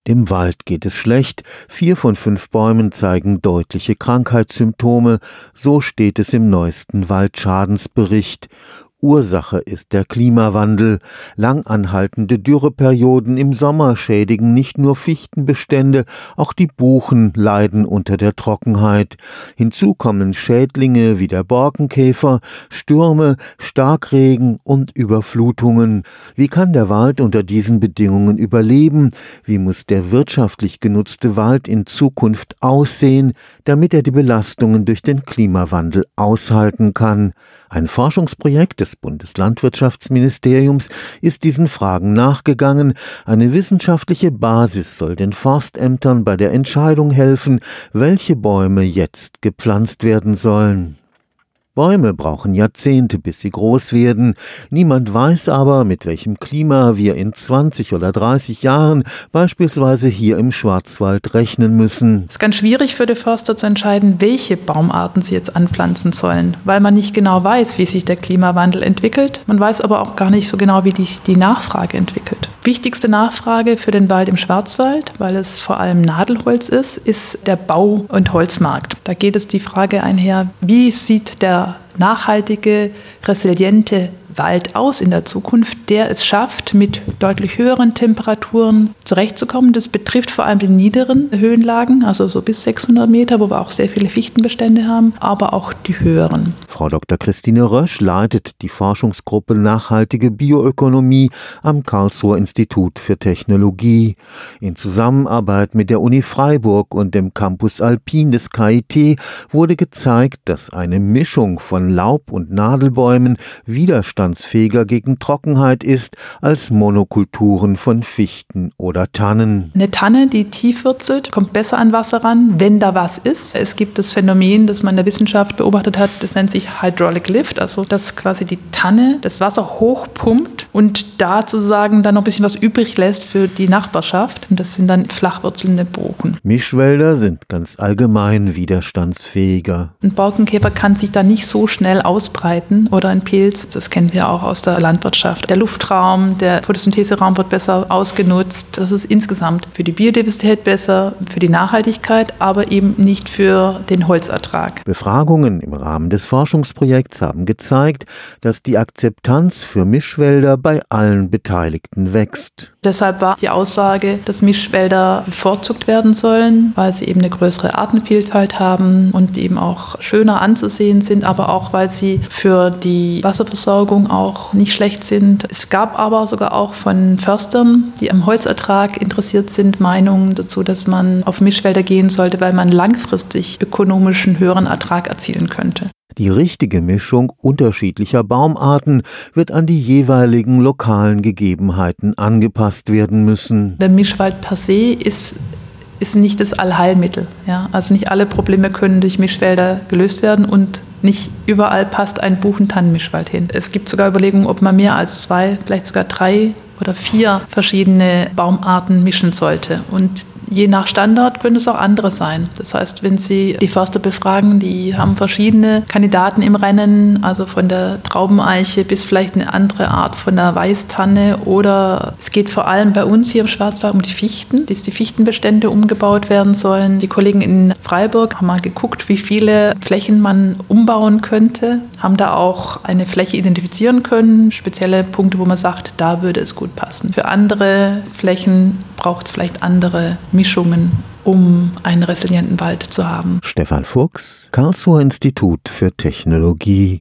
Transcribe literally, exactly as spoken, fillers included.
Dem Wald geht es schlecht, vier von fünf Bäumen zeigen deutliche Krankheitssymptome, so steht es im neuesten Waldschadensbericht. Ursache ist der Klimawandel. Lang anhaltende Dürreperioden im Sommer schädigen nicht nur Fichtenbestände, auch die Buchen leiden unter der Trockenheit. Hinzu kommen Schädlinge wie der Borkenkäfer, Stürme, Starkregen und Überflutungen. Wie kann der Wald unter diesen Bedingungen überleben? Wie muss der wirtschaftlich genutzte Wald in Zukunft aussehen, damit er die Belastungen durch den Klimawandel aushalten kann? Ein Forschungsprojekt des Bundeslandwirtschaftsministeriums ist diesen Fragen nachgegangen. Eine wissenschaftliche Basis soll den Forstämtern bei der Entscheidung helfen, welche Bäume jetzt gepflanzt werden sollen. Bäume brauchen Jahrzehnte, bis sie groß werden. Niemand weiß aber, mit welchem Klima wir in zwanzig oder dreißig Jahren beispielsweise hier im Schwarzwald rechnen müssen. Es ist ganz schwierig für die Förster zu entscheiden, welche Baumarten sie jetzt anpflanzen sollen, weil man nicht genau weiß, wie sich der Klimawandel entwickelt. Man weiß aber auch gar nicht so genau, wie die, die Nachfrage entwickelt. Wichtigste Nachfrage für den Wald im Schwarzwald, weil es vor allem Nadelholz ist, ist der Bau- und Holzmarkt. Da geht es die Frage einher, wie sieht der nachhaltige, resiliente Wald aus in der Zukunft, der es schafft, mit deutlich höheren Temperaturen zurechtzukommen. Das betrifft vor allem die niederen Höhenlagen, also so bis sechshundert Meter, wo wir auch sehr viele Fichtenbestände haben, aber auch die höheren. Frau Doktor Christine Rösch leitet die Forschungsgruppe Nachhaltige Bioökonomie am Karlsruher Institut für Technologie. In Zusammenarbeit mit der Uni Freiburg und dem Campus Alpin des K I T wurde gezeigt, dass eine Mischung von Laub- und Nadelbäumen widerstandsfähiger gegen Trockenheit ist als Monokulturen von Fichten oder Tannen. Eine Tanne, die tief wurzelt, kommt besser an Wasser ran, wenn da was ist. Es gibt das Phänomen, das man in der Wissenschaft beobachtet hat, das nennt sich Hydraulic Lift, also dass quasi die Tanne das Wasser hochpumpt und da sozusagen dann noch ein bisschen was übrig lässt für die Nachbarschaft. Und das sind dann flachwurzelnde Buchen. Mischwälder sind ganz allgemein widerstandsfähiger. Ein Borkenkäfer kann sich da nicht so schnell ausbreiten oder ein Pilz. Das kennen wir auch aus der Landwirtschaft. Der Luftraum, der Photosyntheseraum wird besser ausgenutzt. Das ist insgesamt für die Biodiversität besser, für die Nachhaltigkeit, aber eben nicht für den Holzertrag. Befragungen im Rahmen des Forschungsprojekts haben gezeigt, dass die Akzeptanz für Mischwälder bei allen Beteiligten wächst. Deshalb war die Aussage, dass Mischwälder bevorzugt werden sollen, weil sie eben eine größere Artenvielfalt haben und eben auch schöner anzusehen sind, aber auch, weil sie für die Wasserversorgung auch nicht schlecht sind. Es gab aber sogar auch von Förstern, die am Holzertrag interessiert sind, Meinungen dazu, dass man auf Mischwälder gehen sollte, weil man langfristig ökonomischen höheren Ertrag erzielen könnte. Die richtige Mischung unterschiedlicher Baumarten wird an die jeweiligen lokalen Gegebenheiten angepasst werden müssen. Der Mischwald per se ist ist nicht das Allheilmittel. Ja? Also nicht alle Probleme können durch Mischwälder gelöst werden und nicht überall passt ein Buchen-Tannen-Mischwald hin. Es gibt sogar Überlegungen, ob man mehr als zwei, vielleicht sogar drei oder vier verschiedene Baumarten mischen sollte. Und je nach Standort können es auch andere sein. Das heißt, wenn Sie die Förster befragen, die haben verschiedene Kandidaten im Rennen, also von der Traubeneiche bis vielleicht eine andere Art von der Weißtanne. Oder es geht vor allem bei uns hier im Schwarzwald um die Fichten, dass die Fichtenbestände umgebaut werden sollen. Die Kollegen in Freiburg haben mal geguckt, wie viele Flächen man umbauen könnte, haben da auch eine Fläche identifizieren können, spezielle Punkte, wo man sagt, da würde es gut passen. Für andere Flächen braucht es vielleicht andere Mischungen, um einen resilienten Wald zu haben. Stefan Fuchs, Karlsruher Institut für Technologie.